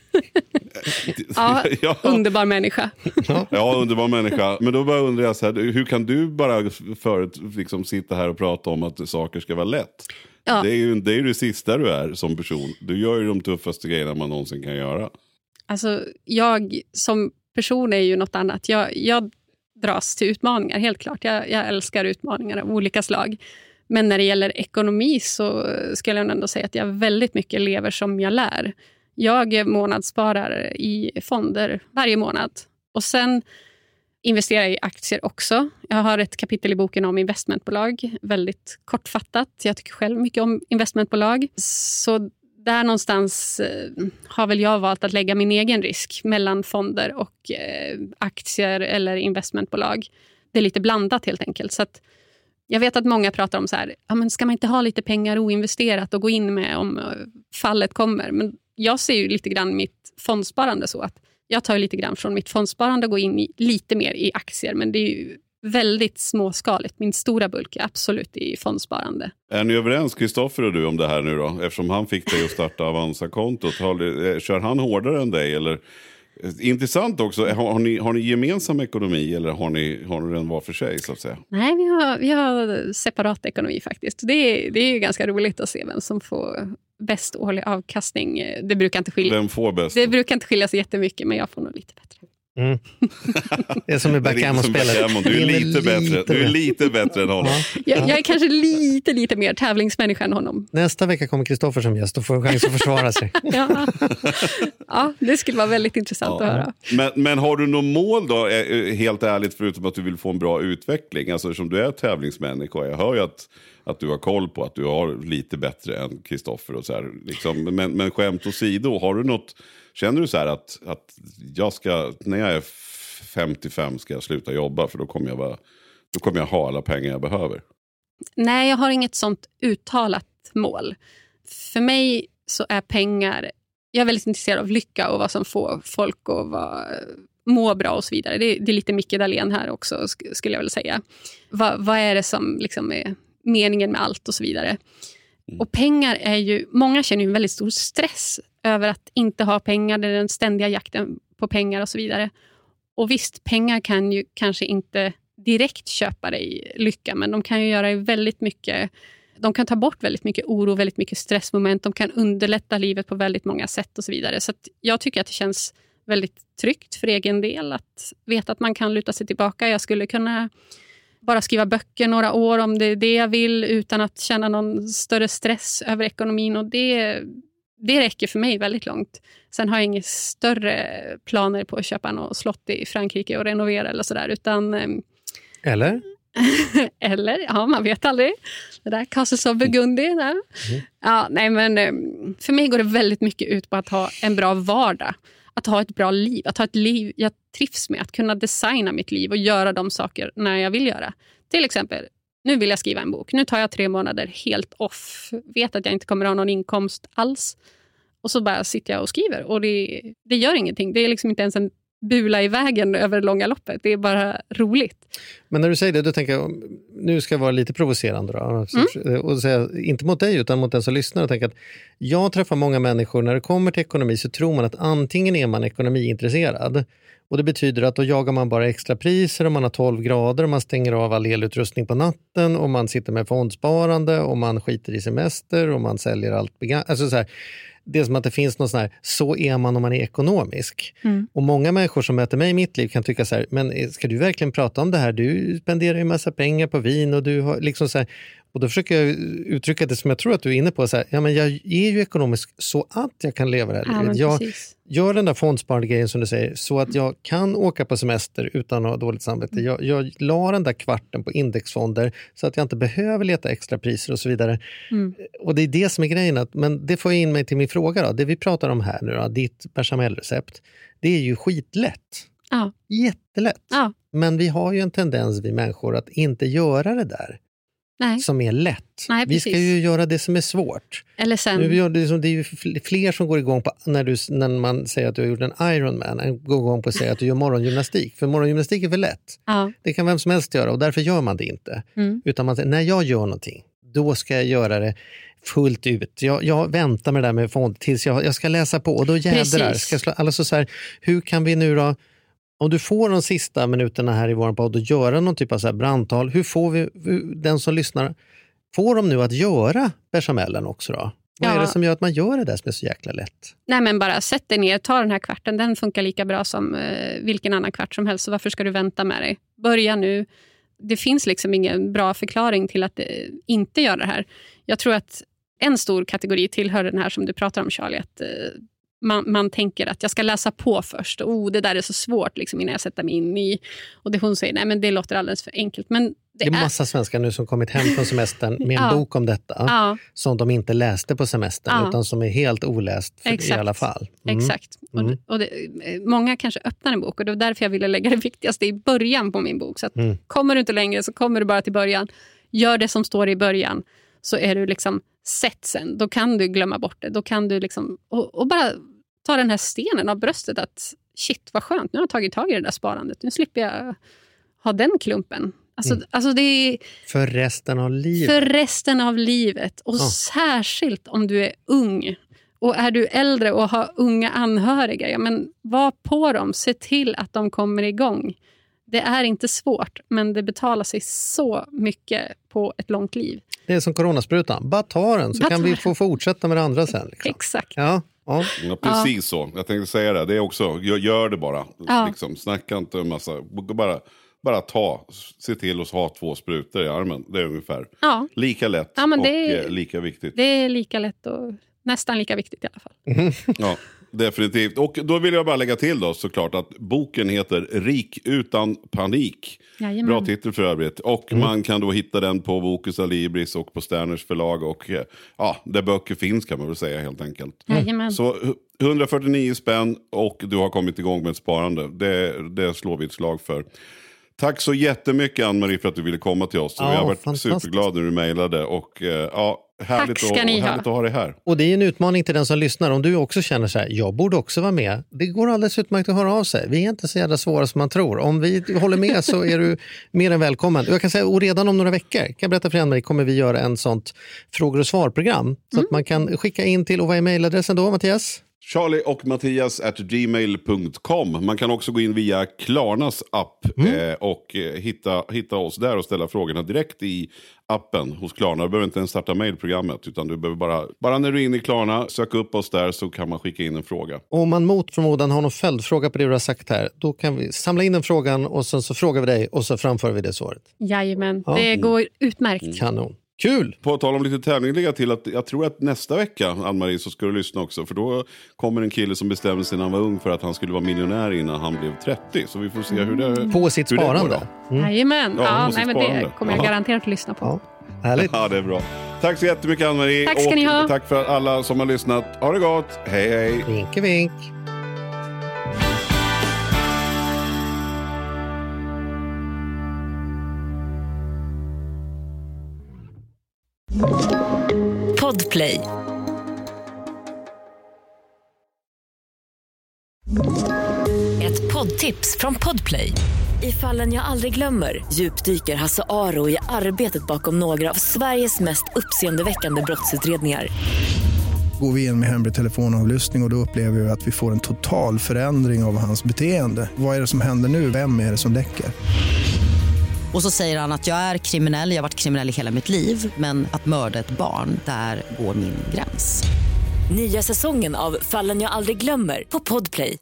Ja, underbar människa. Ja, underbar människa. Men då bara undrar jag så här, hur kan du bara liksom sitta här och prata om att saker ska vara lätt? Ja. Det är ju det sista du är som person. Du gör ju de tuffaste grejerna man någonsin kan göra. Alltså, jag som person är ju något annat. Jag dras till utmaningar, helt klart. Jag älskar utmaningar av olika slag. Men när det gäller ekonomi så skulle jag ändå säga att jag väldigt mycket lever som jag lär. Jag månadssparar i fonder varje månad. Och sen investerar jag i aktier också. Jag har ett kapitel i boken om investmentbolag. Väldigt kortfattat. Jag tycker själv mycket om investmentbolag. Så där någonstans har väl jag valt att lägga min egen risk mellan fonder och aktier eller investmentbolag. Det är lite blandat helt enkelt. Så att jag vet att många pratar om så här, ja, men ska man inte ha lite pengar oinvesterat och gå in med om fallet kommer? Men jag ser ju lite grann mitt fondsparande så att jag tar lite grann från mitt fondsparande och går in lite mer i aktier. Men det är ju väldigt småskaligt. Min stora bulk är absolut i fondsparande. Är ni överens, Kristoffer och du, om det här nu då? Eftersom han fick dig att starta Avanza-kontot. Kör han hårdare än dig? Eller? Intressant också. Har ni gemensam ekonomi, eller har ni den var för sig så att säga? Nej, vi har separat ekonomi faktiskt. Det är ju ganska roligt att se vem som får bäst årlig avkastning. Det brukar inte skilja. Vem får bäst? Det brukar inte skilja sig jättemycket, men jag får nog lite bättre. Mm. Det är som i backgammon-spelet. Du är lite bättre. Du är lite bättre än honom. Jag är kanske lite mer tävlingsmänniska än honom. Nästa vecka kommer Kristoffer som gäst och får chans att försvara sig. Ja, det skulle vara väldigt intressant att höra. Men har du något mål då, helt ärligt, förutom att du vill få en bra utveckling? Alltså som du är tävlingsmänniska, jag hör ju att du har koll på att du har lite bättre än Kristoffer och så här, liksom. Men skämt åsido, har du något, känner du så här att jag ska, när jag är 55 ska jag sluta jobba, för då kommer jag ha alla pengar jag behöver? Nej, jag har inget sånt uttalat mål. För mig så är pengar, jag är väldigt intresserad av lycka och vad som får folk att må bra och så vidare. Det är lite Micke Dahlén här också, skulle jag väl säga. Vad är det som liksom är meningen med allt och så vidare. Och pengar är ju, många känner ju en väldigt stor stress över att inte ha pengar, det är den ständiga jakten på pengar och så vidare. Och visst, pengar kan ju kanske inte direkt köpa dig lycka, men de kan ju göra väldigt mycket, de kan ta bort väldigt mycket oro, väldigt mycket stressmoment, de kan underlätta livet på väldigt många sätt och så vidare. Så att jag tycker att det känns väldigt tryggt för egen del att veta att man kan luta sig tillbaka. Jag skulle kunna bara skriva böcker några år om det är det jag vill utan att känna någon större stress över ekonomin. Och det räcker för mig väldigt långt. Sen har jag inga större planer på att köpa något slott i Frankrike och renovera eller sådär. Eller? Eller, ja, man vet aldrig. Det där Castles of Burgundy. Ja, nej, men för mig går det väldigt mycket ut på att ha en bra vardag. Att ha ett bra liv. Att ha ett liv jag trivs med. Att kunna designa mitt liv och göra de saker när jag vill göra. Till exempel, nu vill jag skriva en bok. Nu tar jag 3 månader helt off. Vet att jag inte kommer ha någon inkomst alls. Och så bara sitter jag och skriver. Och det gör ingenting. Det är liksom inte ens en bula i vägen över långa loppet. Det är bara roligt. Men när du säger det, då tänker jag, nu ska jag vara lite provocerande då, och säga, inte mot dig utan mot den som lyssnar, och tänka att jag träffar många människor, när det kommer till ekonomi så tror man att antingen är man ekonomiintresserad, och det betyder att då jagar man bara extra priser, och man har 12 grader, och man stänger av all elutrustning på natten, och man sitter med fondsparande, och man skiter i semester, och man säljer allt alltså så här. Det är som att det finns något sån här, så är man om man är ekonomisk. Och många människor som möter mig i mitt liv kan tycka så här, men ska du verkligen prata om det här? Du spenderar ju en massa pengar på vin och du har liksom så här, och då försöker jag uttrycka det som jag tror att du är inne på, så här, ja men jag är ju ekonomisk så att jag kan leva det här livet. Jag gör den där fondsparande grejen som du säger, så att jag kan åka på semester utan att ha dåligt samvete. Jag la den där kvarten på indexfonder så att jag inte behöver leta extra priser och så vidare. Och det är det som är grejen. Men det får in mig till min fråga då. Det vi pratar om här nu då, ditt bechamel-recept, det är ju skitlätt. Ja. Jättelätt. Ja. Men vi har ju en tendens, vi människor, att inte göra det där. Nej. Som är lätt. Nej, vi ska ju göra det som är svårt. Eller sen... Det är ju fler som går igång på när man säger att du har gjort en Ironman, går igång på att säga att du gör morgongymnastik. För morgongymnastik är för lätt. Ja. Det kan vem som helst göra, och därför gör man det inte. Utan man säger, när jag gör någonting, då ska jag göra det fullt ut. Jag väntar med det där med fond tills jag ska läsa på, och då jädrar ska jag slå. Alltså så här, hur kan vi nu då, om du får de sista minuterna här i vår podd och göra någon typ av så här brandtal, hur får vi den som lyssnar, får de nu att göra bechamelen också då? Vad är det som gör att man gör det där som är så jäkla lätt? Nej, men bara sätt dig ner, ta den här kvarten. Den funkar lika bra som vilken annan kvart som helst. Så varför ska du vänta med dig? Börja nu. Det finns liksom ingen bra förklaring till att inte göra det här. Jag tror att en stor kategori tillhör den här som du pratar om, Charlie, att man tänker att jag ska läsa på först. Det där är så svårt liksom, innan jag sätter mig in i. Och det hon säger, nej men det låter alldeles för enkelt. Men det är massa svenskar nu som kommit hem från semestern med en bok om detta. Som de inte läste på semestern utan som är helt oläst i alla fall. Exakt. Och många kanske öppnar en bok, och det var därför jag ville lägga det viktigaste i början på min bok. Så att kommer du inte längre så kommer du bara till början. Gör det som står i början, så är du liksom sett sen. Då kan du glömma bort det. Då kan du liksom, och bara ta den här stenen av bröstet att shit vad skönt, nu har jag tagit tag i det där sparandet. Nu slipper jag ha den klumpen. Alltså det är för resten av livet. För resten av livet. Och särskilt om du är ung. Och är du äldre och har unga anhöriga, ja men var på dem. Se till att de kommer igång. Det är inte svårt, men det betalar sig så mycket på ett långt liv. Det är som coronasprutan. Bara ta den så kan vi få fortsätta med det andra sen. Liksom. Exakt. Ja, precis så. Jag tänkte säga det. Det är också, gör det bara. Liksom, snacka inte en massa. Bara se till att ha 2 sprutor i armen. Det är ungefär lika lätt och lika viktigt. Det är lika lätt och nästan lika viktigt i alla fall. Ja, definitivt. Och då vill jag bara lägga till då såklart att boken heter Rik utan panik. Jajamän. Bra titel för övrigt. Och man kan då hitta den på Vocus Alibris och på Sterners förlag. Och där böcker finns kan man väl säga helt enkelt. Jajamän. Så 149 spänn och du har kommit igång med ett sparande. Det slår vi ett slag för. Tack så jättemycket Ann-Marie för att du ville komma till oss. Jag har varit superglad när du mejlade och härligt att ha dig här. Och det är en utmaning till den som lyssnar. Om du också känner så här, jag borde också vara med. Det går alldeles utmärkt att höra av sig. Vi är inte så jävla svåra som man tror. Om vi håller med så är du mer än välkommen. Jag kan säga, och redan om några veckor, kan jag berätta för Ann-Marie, kommer vi göra en sånt frågor- och svarprogram. Så att man kan skicka in till, och vad är mejladressen då, Mattias? Charlie och Mattias @gmail.com. Man kan också gå in via Klarnas app och hitta oss där och ställa frågorna direkt i appen hos Klarna. Du behöver inte ens starta mejlprogrammet, utan du behöver bara när du är inne i Klarna, söka upp oss där, så kan man skicka in en fråga. Och om man mot förmodan har någon följdfråga på det du har sagt här, då kan vi samla in den frågan och sen så frågar vi dig och så framför vi det svaret. Jajamän, det går utmärkt. Kanon. Kul! På tal om lite tävling, lägga till att jag tror att nästa vecka, Ann-Marie, så ska du lyssna också. För då kommer en kille som bestämde sig när han var ung för att han skulle vara miljonär innan han blev 30. Så vi får se hur det på sitt sparande. Jajamän, men det kommer jag garanterat att lyssna på. Ja, härligt. Ja, det är bra. Tack så jättemycket, Ann-Marie. Tack ska ni ha. Tack för alla som har lyssnat. Ha det gott. Hej, hej. Vink, vink. Podplay. Ett poddtips från Podplay. I Fallen jag aldrig glömmer djupdyker Hasse Aro i arbetet bakom några av Sveriges mest uppseendeväckande brottsutredningar. Går vi in med hemlig telefonavlyssning och då upplever vi att vi får en total förändring av hans beteende. Vad är det som händer nu? Vem är det som läcker? Och så säger han att jag är kriminell, jag har varit kriminell i hela mitt liv. Men att mörda ett barn, där går min gräns. Nya säsongen av Fallen jag aldrig glömmer på Podplay.